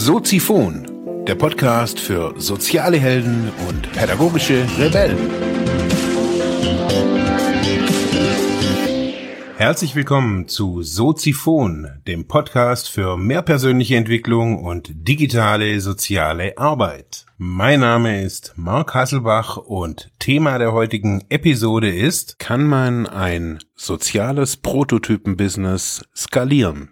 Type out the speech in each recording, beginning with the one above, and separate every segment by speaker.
Speaker 1: Soziphon, der Podcast für soziale Helden und pädagogische Rebellen. Herzlich willkommen zu Soziphon, dem Podcast für mehr persönliche Entwicklung und digitale soziale Arbeit. Mein Name ist Marc Hasselbach und Thema der heutigen Episode ist: Kann man ein soziales Prototypen-Business skalieren?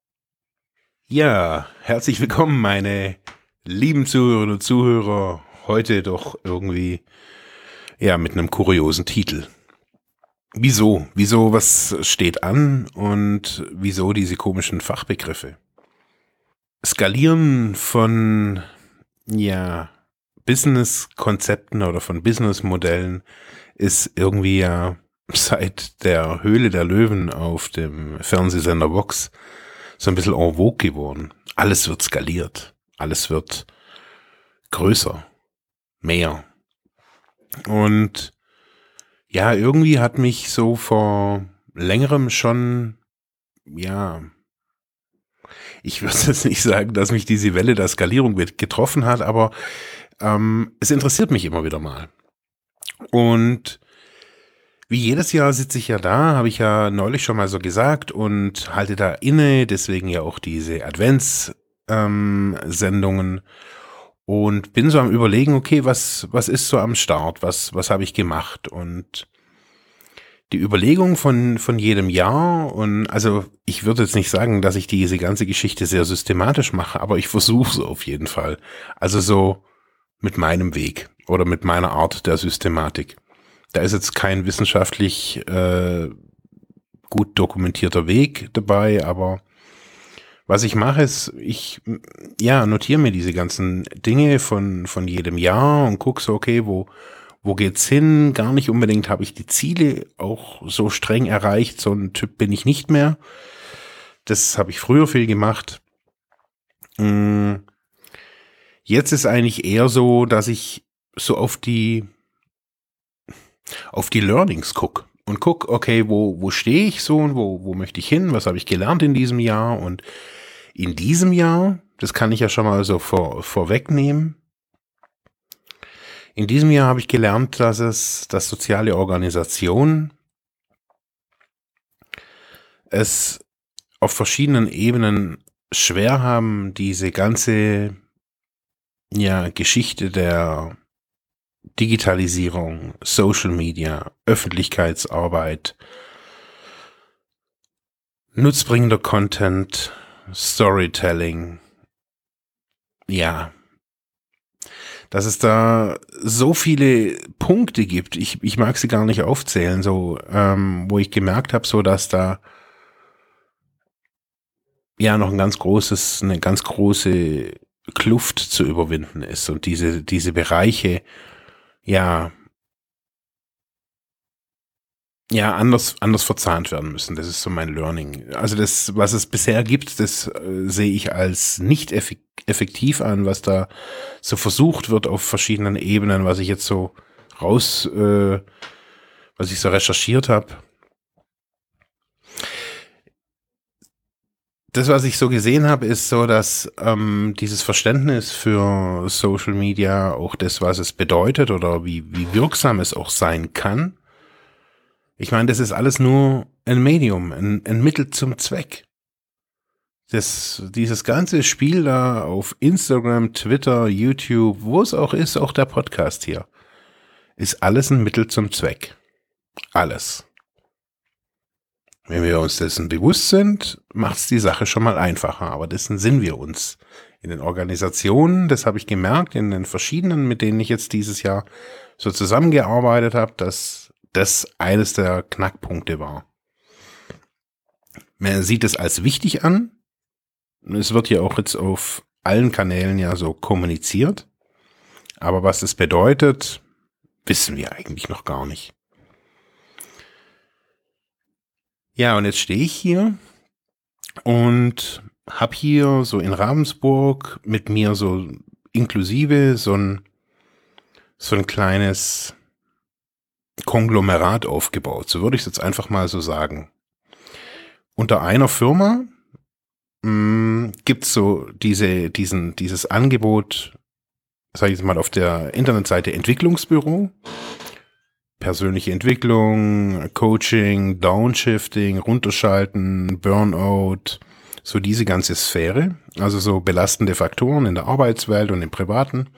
Speaker 1: Ja, herzlich willkommen, meine lieben Zuhörerinnen und Zuhörer. Heute doch irgendwie, mit einem kuriosen Titel. Wieso? Was steht an und wieso diese komischen Fachbegriffe? Skalieren von, Business-Konzepten oder von Business-Modellen ist irgendwie seit der Höhle der Löwen auf dem Fernsehsender Vox so ein bisschen en vogue geworden. Alles wird skaliert. Alles wird größer. Mehr. Und irgendwie hat mich so vor längerem schon, ich würde jetzt nicht sagen, dass mich diese Welle der Skalierung getroffen hat, aber es interessiert mich immer wieder mal. Und wie jedes Jahr sitze ich ja da, habe ich ja neulich schon mal so gesagt und halte da inne, deswegen ja auch diese Advents-Sendungen und bin so am Überlegen, okay, was ist so am Start, was habe ich gemacht? Und die Überlegung von jedem Jahr, und also ich würde jetzt nicht sagen, dass ich diese ganze Geschichte sehr systematisch mache, aber ich versuche es auf jeden Fall. Also so mit meinem Weg oder mit meiner Art der Systematik. Da ist jetzt kein wissenschaftlich gut dokumentierter Weg dabei, aber was ich mache ist, ich notiere mir diese ganzen Dinge von jedem Jahr und gucke so, okay, wo geht's hin? Gar nicht unbedingt habe ich die Ziele auch so streng erreicht, so ein Typ bin ich nicht mehr. Das habe ich früher viel gemacht. Jetzt ist eigentlich eher so, dass ich so auf die Learnings guck und guck, okay, wo stehe ich so und wo möchte ich hin, was habe ich gelernt in diesem Jahr, und in diesem Jahr, das kann ich ja schon mal so vorwegnehmen, in diesem Jahr habe ich gelernt, dass soziale Organisationen es auf verschiedenen Ebenen schwer haben, diese ganze Geschichte der Digitalisierung, Social Media, Öffentlichkeitsarbeit, nutzbringender Content, Storytelling, dass es da so viele Punkte gibt, ich mag sie gar nicht aufzählen, so wo ich gemerkt habe, so dass da noch eine ganz große Kluft zu überwinden ist und diese Bereiche anders verzahnt werden müssen. Das ist so mein Learning. Also das, was es bisher gibt, das sehe ich als nicht effektiv an, was da so versucht wird auf verschiedenen Ebenen, was ich jetzt so was ich so recherchiert habe. Das, was ich so gesehen habe, ist so, dass dieses Verständnis für Social Media, auch das, was es bedeutet oder wie wirksam es auch sein kann. Ich meine, das ist alles nur ein Medium, ein Mittel zum Zweck. Dieses ganze Spiel da auf Instagram, Twitter, YouTube, wo es auch ist, auch der Podcast hier, ist alles ein Mittel zum Zweck. Alles. Wenn wir uns dessen bewusst sind, macht es die Sache schon mal einfacher. Aber dessen sind wir uns. In den Organisationen, das habe ich gemerkt, in den verschiedenen, mit denen ich jetzt dieses Jahr so zusammengearbeitet habe, dass das eines der Knackpunkte war. Man sieht es als wichtig an. Es wird ja auch jetzt auf allen Kanälen so kommuniziert. Aber was das bedeutet, wissen wir eigentlich noch gar nicht. Ja, und jetzt stehe ich hier und habe hier so in Ravensburg mit mir so inklusive so ein kleines Konglomerat aufgebaut. So würde ich es jetzt einfach mal so sagen. Unter einer Firma gibt's so dieses Angebot, sage ich jetzt mal, auf der Internetseite Entwicklungsbüro. Persönliche Entwicklung, Coaching, Downshifting, Runterschalten, Burnout, so diese ganze Sphäre, also so belastende Faktoren in der Arbeitswelt und im Privaten.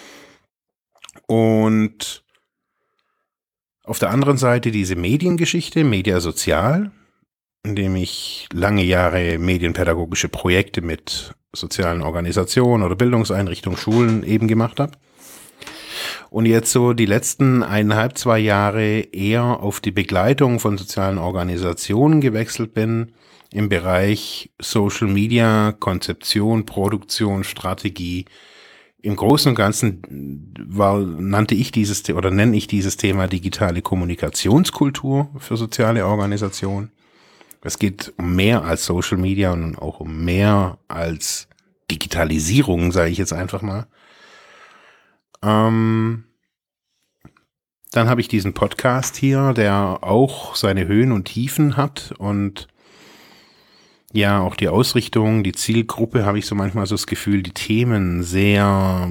Speaker 1: Und auf der anderen Seite diese Mediengeschichte, Mediasozial, in dem ich lange Jahre medienpädagogische Projekte mit sozialen Organisationen oder Bildungseinrichtungen, Schulen eben gemacht habe. Und jetzt so die letzten 1,5, 2 Jahre eher auf die Begleitung von sozialen Organisationen gewechselt bin, im Bereich Social Media, Konzeption, Produktion, Strategie. Im Großen und Ganzen nenne ich dieses Thema digitale Kommunikationskultur für soziale Organisationen. Es geht um mehr als Social Media und auch um mehr als Digitalisierung, sage ich jetzt einfach mal. Dann habe ich diesen Podcast hier, der auch seine Höhen und Tiefen hat und ja, auch die Ausrichtung, die Zielgruppe, habe ich so manchmal so das Gefühl, die Themen sehr,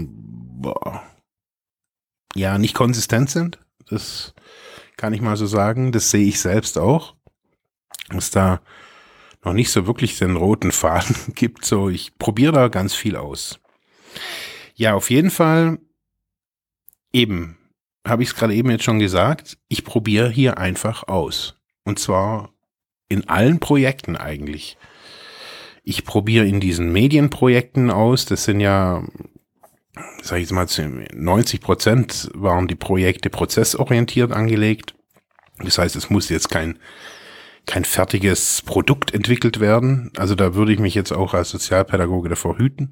Speaker 1: nicht konsistent sind. Das kann ich mal so sagen. Das sehe ich selbst auch. Dass da noch nicht so wirklich den roten Faden gibt. So, ich probiere da ganz viel aus. Ja, auf jeden Fall eben, habe ich es gerade eben jetzt schon gesagt, ich probiere hier einfach aus. Und zwar in allen Projekten eigentlich. Ich probiere in diesen Medienprojekten aus, das sind ja, sage ich jetzt mal, 90% waren die Projekte prozessorientiert angelegt. Das heißt, es muss jetzt kein fertiges Produkt entwickelt werden. Also da würde ich mich jetzt auch als Sozialpädagoge davor hüten.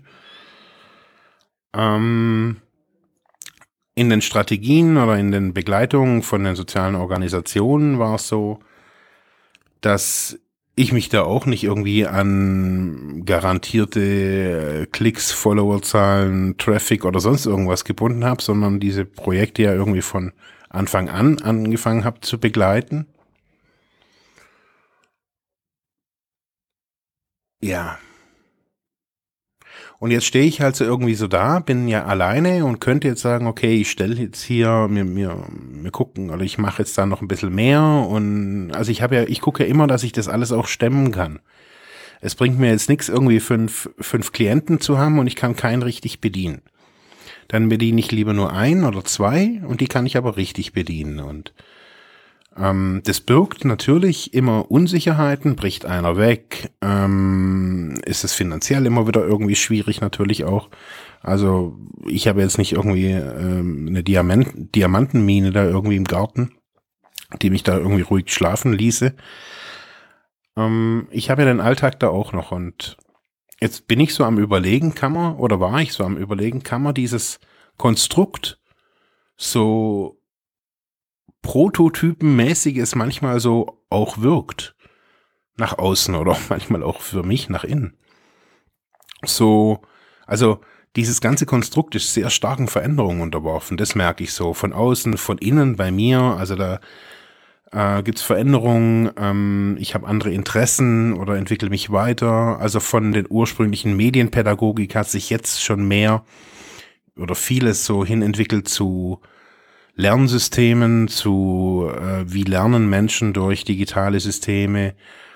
Speaker 1: In den Strategien oder in den Begleitungen von den sozialen Organisationen war es so, dass ich mich da auch nicht irgendwie an garantierte Klicks, Followerzahlen, Traffic oder sonst irgendwas gebunden habe, sondern diese Projekte ja irgendwie von Anfang an angefangen habe zu begleiten. Ja. Und jetzt stehe ich halt so irgendwie so da, bin ja alleine und könnte jetzt sagen, okay, ich stelle jetzt hier, wir gucken, oder ich mache jetzt da noch ein bisschen mehr und also ich gucke ja immer, dass ich das alles auch stemmen kann. Es bringt mir jetzt nichts, irgendwie fünf Klienten zu haben und ich kann keinen richtig bedienen. Dann bediene ich lieber nur 1 oder 2 und die kann ich aber richtig bedienen und das birgt natürlich immer Unsicherheiten, bricht einer weg, ist es finanziell immer wieder irgendwie schwierig natürlich auch. Also ich habe jetzt nicht irgendwie eine Diamantenmine da irgendwie im Garten, die mich da irgendwie ruhig schlafen ließe. Ich habe ja den Alltag da auch noch und jetzt bin ich so am Überlegen, war ich so am Überlegen, kann man dieses Konstrukt so prototypenmäßig es manchmal so auch wirkt. Nach außen oder manchmal auch für mich nach innen. So, also dieses ganze Konstrukt ist sehr starken Veränderungen unterworfen. Das merke ich so. Von außen, von innen bei mir. Also da gibt's Veränderungen. Ich habe andere Interessen oder entwickle mich weiter. Also von den ursprünglichen Medienpädagogik hat sich jetzt schon mehr oder vieles so hin entwickelt zu Lernsystemen, zu wie lernen Menschen durch digitale Systeme.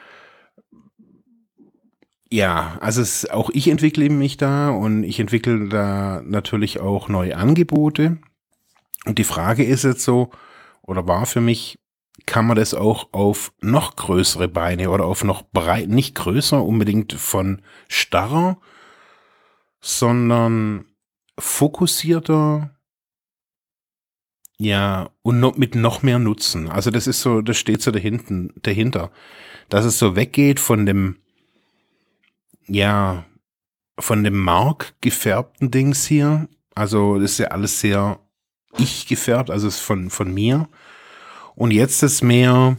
Speaker 1: Ja, also auch ich entwickle mich da und ich entwickle da natürlich auch neue Angebote. Und die Frage ist jetzt so, oder war für mich, kann man das auch auf noch größere Beine oder auf noch breit, nicht größer unbedingt von starrer, sondern fokussierter, ja, und mit noch mehr Nutzen. Also das ist so, das steht so dahinter, dass es so weggeht von dem, ja, von dem markgefärbten Dings hier. Also das ist ja alles sehr ich gefärbt, also ist von mir. Und jetzt ist mehr,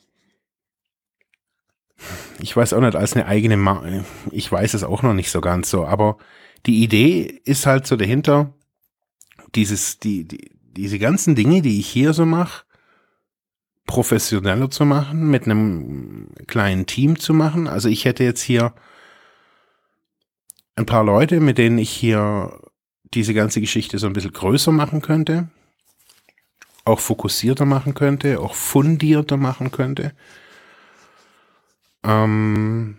Speaker 1: ich weiß auch nicht, als eine eigene Marke, ich weiß es auch noch nicht so ganz so, aber die Idee ist halt so dahinter, diese ganzen Dinge, die ich hier so mache, professioneller zu machen, mit einem kleinen Team zu machen. Also ich hätte jetzt hier ein paar Leute, mit denen ich hier diese ganze Geschichte so ein bisschen größer machen könnte, auch fokussierter machen könnte, auch fundierter machen könnte. Und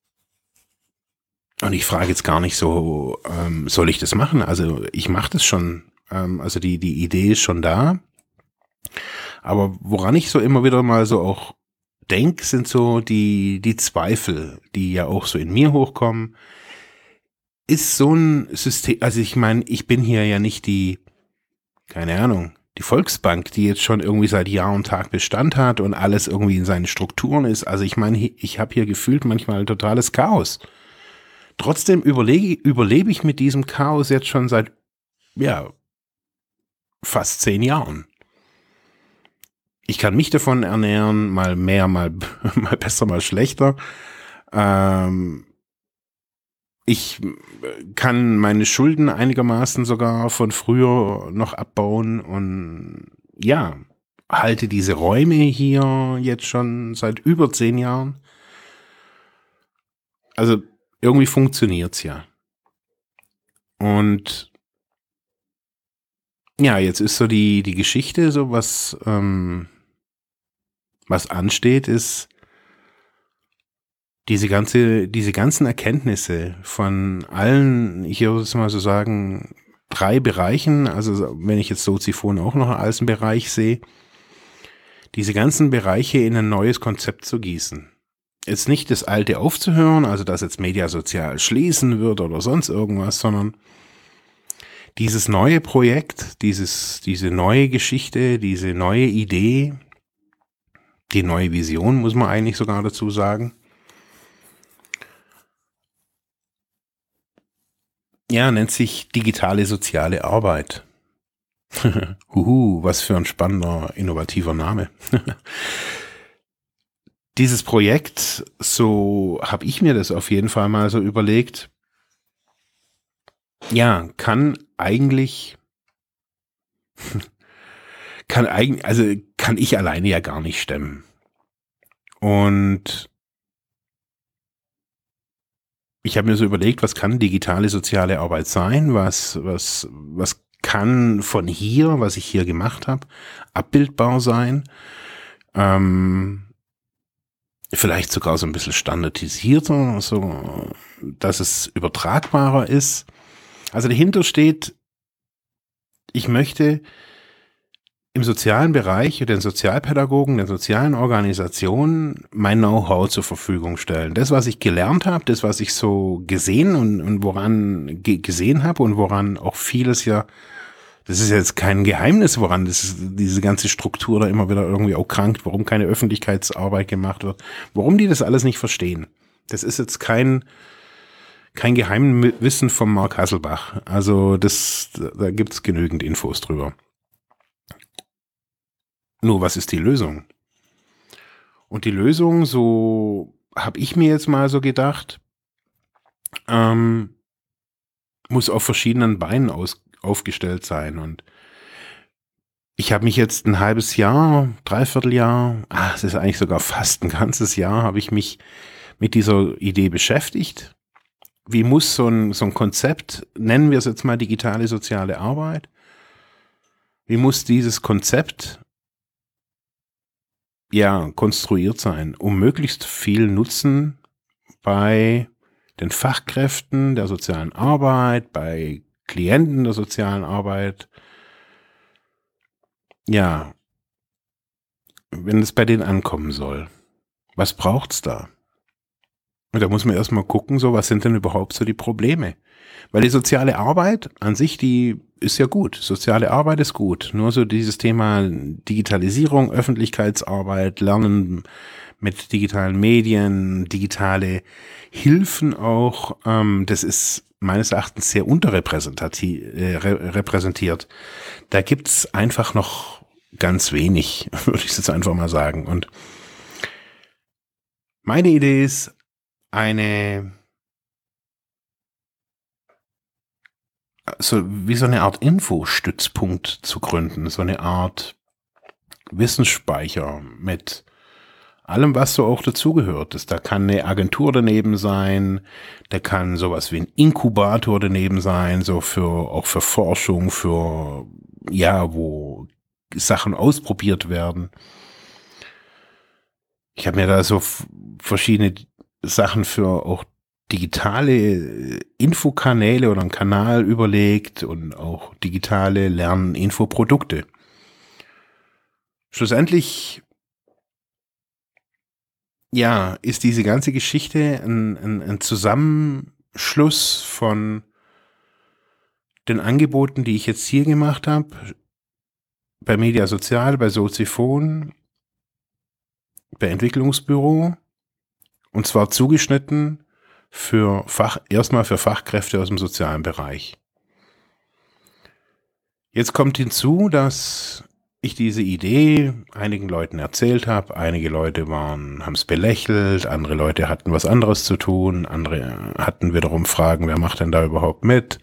Speaker 1: ich frage jetzt gar nicht so, soll ich das machen? Also ich mache das schon. Also die Idee ist schon da. Aber woran ich so immer wieder mal so auch denke, sind so die Zweifel, die ja auch so in mir hochkommen. Ist so ein System, also ich meine, ich bin hier ja nicht keine Ahnung, die Volksbank, die jetzt schon irgendwie seit Jahr und Tag Bestand hat und alles irgendwie in seinen Strukturen ist. Also ich meine, ich habe hier gefühlt manchmal totales Chaos. Trotzdem überlebe ich mit diesem Chaos jetzt schon seit, fast 10 Jahren. Ich kann mich davon ernähren, mal mehr, mal besser, mal schlechter. Ich kann meine Schulden einigermaßen sogar von früher noch abbauen und halte diese Räume hier jetzt schon seit über 10 Jahren. Also irgendwie funktioniert's ja. Und jetzt ist so die Geschichte, so was ansteht, ist diese ganzen Erkenntnisse von allen, ich würde es mal so sagen, 3 Bereichen, also wenn ich jetzt Soziphon auch noch als einen Bereich sehe, diese ganzen Bereiche in ein neues Konzept zu gießen. Jetzt nicht das Alte aufzuhören, also dass jetzt Mediasozial schließen wird oder sonst irgendwas, sondern dieses neue Projekt, diese neue Geschichte, diese neue Idee, die neue Vision, muss man eigentlich sogar dazu sagen, nennt sich digitale soziale Arbeit. Was für ein spannender, innovativer Name. Dieses Projekt, so habe ich mir das auf jeden Fall mal so überlegt, kann ich alleine ja gar nicht stemmen. Und ich habe mir so überlegt, was kann digitale soziale Arbeit sein? Was kann von hier, was ich hier gemacht habe, abbildbar sein? Vielleicht sogar so ein bisschen standardisierter, so dass es übertragbarer ist. Also dahinter steht, ich möchte im sozialen Bereich, den Sozialpädagogen, den sozialen Organisationen mein Know-how zur Verfügung stellen. Das, was ich gelernt habe, das, was ich so gesehen und woran gesehen habe und woran auch vieles das ist jetzt kein Geheimnis, woran diese ganze Struktur da immer wieder irgendwie auch krankt, warum keine Öffentlichkeitsarbeit gemacht wird, warum die das alles nicht verstehen. Das ist jetzt kein Geheimwissen von Mark Hasselbach. Also da gibt's genügend Infos drüber. Nur was ist die Lösung? Und die Lösung, so habe ich mir jetzt mal so gedacht, muss auf verschiedenen Beinen aufgestellt sein. Und ich habe mich jetzt ein halbes Jahr, Dreivierteljahr, es ist eigentlich sogar fast ein ganzes Jahr, habe ich mich mit dieser Idee beschäftigt. Wie muss so ein Konzept, nennen wir es jetzt mal digitale soziale Arbeit, wie muss dieses Konzept konstruiert sein, um möglichst viel Nutzen bei den Fachkräften der sozialen Arbeit, bei Klienten der sozialen Arbeit, wenn es bei denen ankommen soll. Was braucht's da? Und da muss man erstmal gucken, so was sind denn überhaupt so die Probleme? Weil die soziale Arbeit an sich, die ist ja gut. Soziale Arbeit ist gut. Nur so dieses Thema Digitalisierung, Öffentlichkeitsarbeit, Lernen mit digitalen Medien, digitale Hilfen auch, das ist meines Erachtens sehr repräsentiert. Da gibt's einfach noch ganz wenig, würde ich jetzt einfach mal sagen. Und meine Idee ist, wie so eine Art Infostützpunkt zu gründen, so eine Art Wissensspeicher mit allem, was so auch dazugehört. Da kann eine Agentur daneben sein, da kann sowas wie ein Inkubator daneben sein, so auch für Forschung, für, ja, wo Sachen ausprobiert werden. Ich habe mir da so verschiedene Sachen für auch digitale Infokanäle oder einen Kanal überlegt und auch digitale Lerninfoprodukte. Schlussendlich, ja, ist diese ganze Geschichte ein Zusammenschluss von den Angeboten, die ich jetzt hier gemacht habe, bei Media Sozial, bei Soziphon, bei Entwicklungsbüro, und zwar zugeschnitten erstmal für Fachkräfte aus dem sozialen Bereich. Jetzt kommt hinzu, dass ich diese Idee einigen Leuten erzählt habe. Einige Leute haben es belächelt, andere Leute hatten was anderes zu tun, andere hatten wiederum Fragen, wer macht denn da überhaupt mit?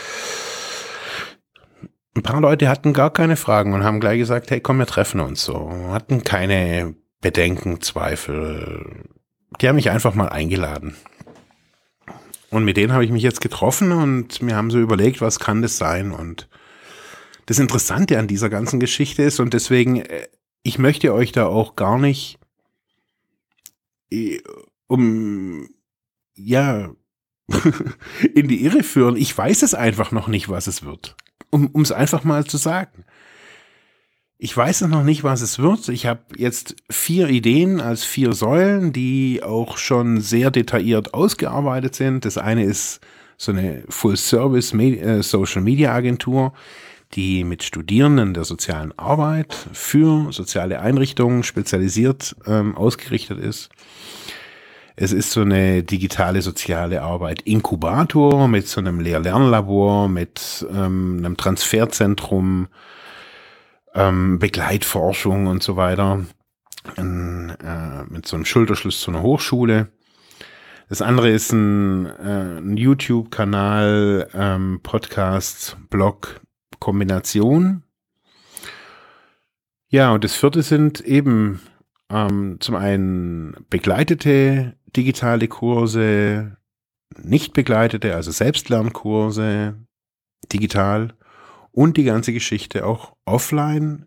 Speaker 1: Ein paar Leute hatten gar keine Fragen und haben gleich gesagt, hey, komm, wir treffen uns so. Hatten keine Bedenken, Zweifel. Die haben mich einfach mal eingeladen. Und mit denen habe ich mich jetzt getroffen und wir haben so überlegt, was kann das sein? Und das Interessante an dieser ganzen Geschichte ist, und deswegen, ich möchte euch da auch gar nicht in die Irre führen. Ich weiß es einfach noch nicht, was es wird. Um es einfach mal zu sagen. Ich weiß noch nicht, was es wird. Ich habe jetzt 4 Ideen als 4 Säulen, die auch schon sehr detailliert ausgearbeitet sind. Das eine ist so eine Full-Service Social-Media-Agentur, die mit Studierenden der sozialen Arbeit für soziale Einrichtungen spezialisiert ausgerichtet ist. Es ist so eine digitale soziale Arbeit Inkubator mit so einem Lehr-Lernlabor, mit einem Transferzentrum, Begleitforschung und so weiter, mit so einem Schulterschluss zu einer Hochschule. Das andere ist ein YouTube-Kanal, Podcast, Blog, Kombination. Ja, und das 4. sind eben zum einen begleitete digitale Kurse, nicht begleitete, also Selbstlernkurse, digital, und die ganze Geschichte auch offline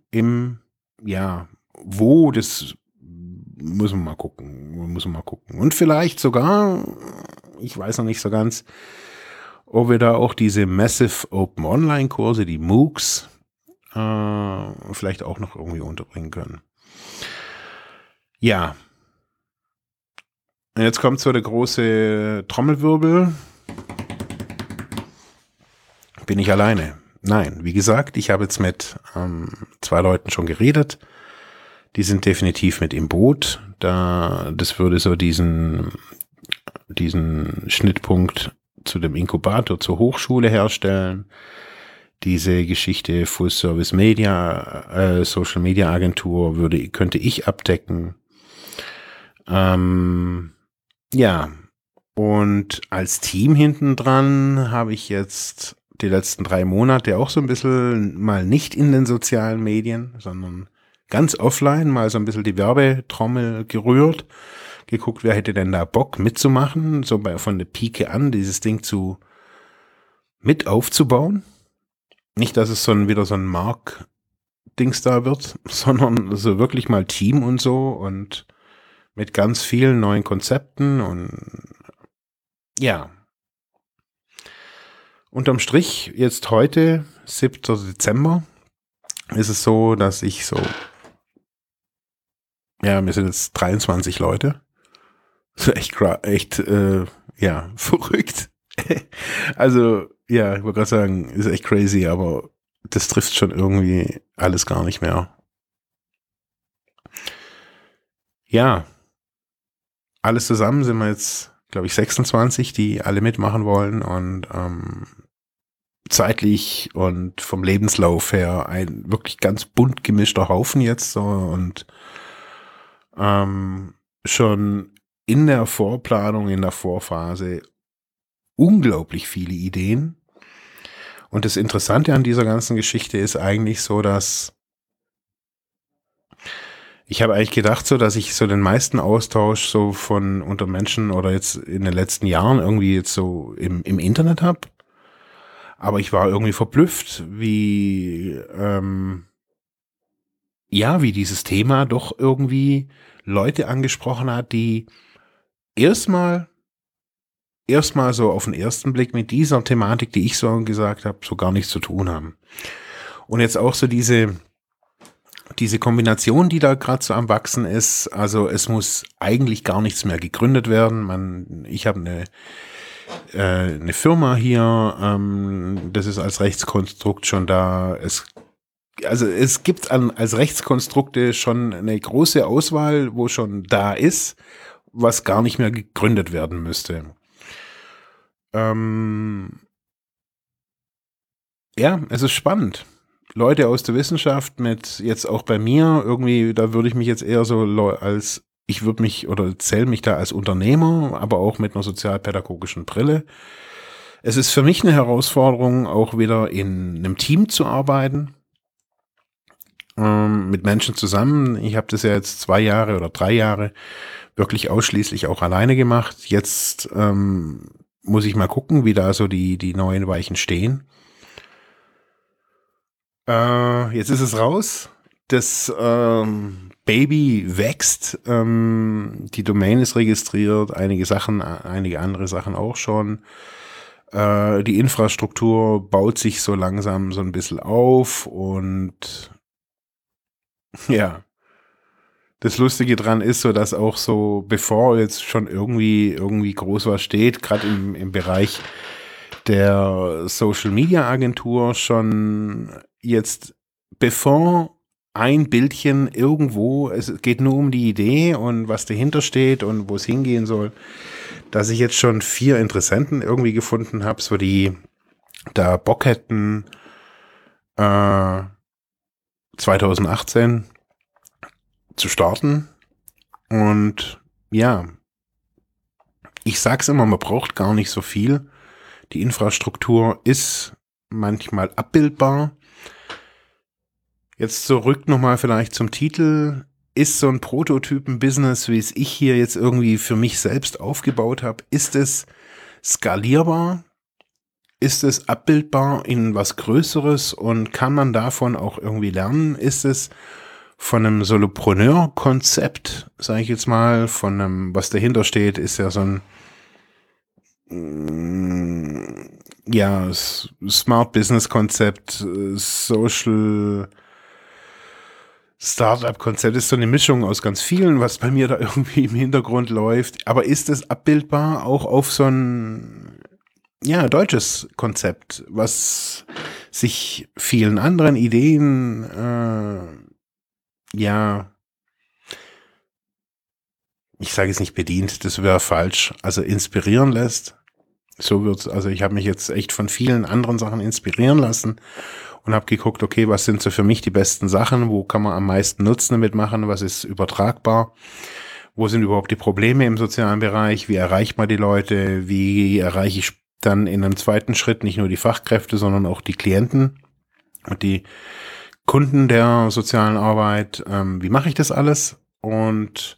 Speaker 1: das muss man mal gucken. Und vielleicht sogar, ich weiß noch nicht so ganz, ob wir da auch diese Massive Open Online Kurse, die MOOCs, vielleicht auch noch irgendwie unterbringen können. Ja. Und jetzt kommt so der große Trommelwirbel. Bin ich alleine? Nein, wie gesagt, ich habe jetzt mit 2 Leuten schon geredet. Die sind definitiv mit im Boot. Das würde so diesen Schnittpunkt zu dem Inkubator, zur Hochschule herstellen. Diese Geschichte Full Service Media, Social Media Agentur könnte ich abdecken. Und als Team hinten dran habe ich jetzt die letzten 3 Monate auch so ein bisschen mal nicht in den sozialen Medien, sondern ganz offline mal so ein bisschen die Werbetrommel gerührt, geguckt, wer hätte denn da Bock mitzumachen, so von der Pike an dieses Ding mit aufzubauen. Nicht, dass es wieder so ein Mark-Dings da wird, sondern so wirklich mal Team und so und mit ganz vielen neuen Konzepten und ja. Unterm Strich, jetzt heute, 7. Dezember, ist es so, dass wir sind jetzt 23 Leute. Das ist echt verrückt. Also, ja, ich wollte gerade sagen, ist echt crazy, aber das trifft schon irgendwie alles gar nicht mehr. Ja, alles zusammen sind wir jetzt, glaube ich, 26, die alle mitmachen wollen und zeitlich und vom Lebenslauf her ein wirklich ganz bunt gemischter Haufen jetzt so und schon in der Vorplanung, in der Vorphase unglaublich viele Ideen. Und das Interessante an dieser ganzen Geschichte ist eigentlich so, dass Ich habe eigentlich gedacht so, dass ich so den meisten Austausch so von unter Menschen oder jetzt in den letzten Jahren irgendwie jetzt so im Internet habe. Aber ich war irgendwie verblüfft, wie dieses Thema doch irgendwie Leute angesprochen hat, die erstmal so auf den ersten Blick mit dieser Thematik, die ich so gesagt habe, so gar nichts zu tun haben. Und jetzt auch so diese Kombination, die da gerade so am Wachsen ist, also es muss eigentlich gar nichts mehr gegründet werden. Ich habe eine Firma hier, das ist als Rechtskonstrukt schon da. Es gibt als Rechtskonstrukte schon eine große Auswahl, wo schon da ist, was gar nicht mehr gegründet werden müsste. Ja, es ist spannend. Leute aus der Wissenschaft mit jetzt auch bei mir irgendwie, da würde ich mich jetzt eher so zähle mich da als Unternehmer, aber auch mit einer sozialpädagogischen Brille. Es ist für mich eine Herausforderung, auch wieder in einem Team zu arbeiten, mit Menschen zusammen. Ich habe das ja jetzt 2 Jahre oder 3 Jahre wirklich ausschließlich auch alleine gemacht. Jetzt muss ich mal gucken, wie da so die neuen Weichen stehen. Jetzt ist es raus. Das Baby wächst. Die Domain ist registriert. Einige andere Sachen auch schon. Die Infrastruktur baut sich so langsam so ein bisschen auf und ja. Das Lustige dran ist so, dass auch so, bevor jetzt schon irgendwie groß was steht, gerade im Bereich der Social Media Agentur schon jetzt, bevor ein Bildchen irgendwo, es geht nur um die Idee und was dahinter steht und wo es hingehen soll, dass ich jetzt schon 4 Interessenten irgendwie gefunden habe, so die da Bock hätten, 2018 zu starten. Und ja, ich sag's immer, man braucht gar nicht so viel. Die Infrastruktur ist manchmal abbildbar. Jetzt zurück nochmal vielleicht zum Titel. Ist so ein Prototypen-Business, wie es ich hier jetzt irgendwie für mich selbst aufgebaut habe, ist es skalierbar? Ist es abbildbar in was Größeres und kann man davon auch irgendwie lernen? Ist es von einem Solopreneur-Konzept, sage ich jetzt mal, von einem, was dahinter steht, ist ja so ein Smart Business Konzept, Social Startup Konzept, ist so eine Mischung aus ganz vielen, was bei mir da irgendwie im Hintergrund läuft. Aber ist es abbildbar auch auf so ein deutsches Konzept, was sich vielen anderen Ideen ich sage es nicht bedient, das wäre falsch, also inspirieren lässt. Also ich habe mich jetzt echt von vielen anderen Sachen inspirieren lassen und habe geguckt, okay, was sind so für mich die besten Sachen, wo kann man am meisten Nutzen damit machen, was ist übertragbar, wo sind überhaupt die Probleme im sozialen Bereich, wie erreicht man die Leute, wie erreiche ich dann in einem zweiten Schritt nicht nur die Fachkräfte, sondern auch die Klienten und die Kunden der sozialen Arbeit, wie mache ich das alles? Und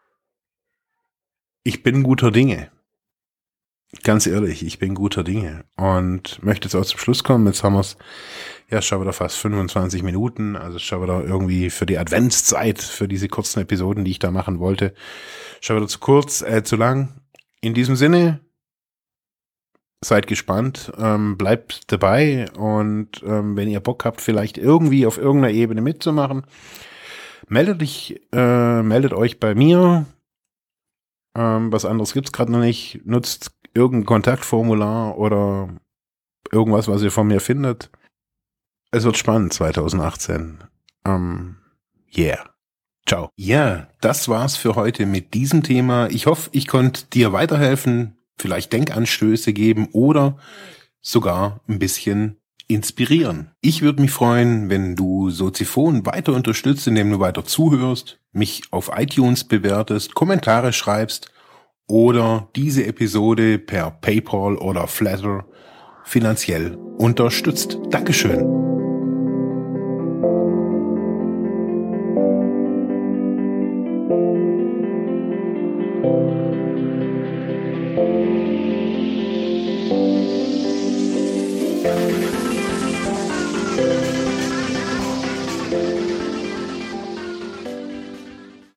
Speaker 1: ich bin guter Dinge. Ganz ehrlich, ich bin guter Dinge und möchte jetzt auch zum Schluss kommen. Jetzt haben wir es schon wieder fast 25 Minuten, also schon wieder irgendwie für die Adventszeit, für diese kurzen Episoden, die ich da machen wollte, schon wieder zu kurz, zu lang. In diesem Sinne, seid gespannt, bleibt dabei und wenn ihr Bock habt, vielleicht irgendwie auf irgendeiner Ebene mitzumachen, meldet euch bei mir. Was anderes gibt's gerade noch nicht. Nutzt irgendein Kontaktformular oder irgendwas, was ihr von mir findet. Es wird spannend 2018. Ciao. Ja, das war's für heute mit diesem Thema. Ich hoffe, ich konnte dir weiterhelfen, vielleicht Denkanstöße geben oder sogar ein bisschen inspirieren. Ich würde mich freuen, wenn du Soziphon weiter unterstützt, indem du weiter zuhörst, mich auf iTunes bewertest, Kommentare schreibst oder diese Episode per PayPal oder Flattr finanziell unterstützt. Dankeschön.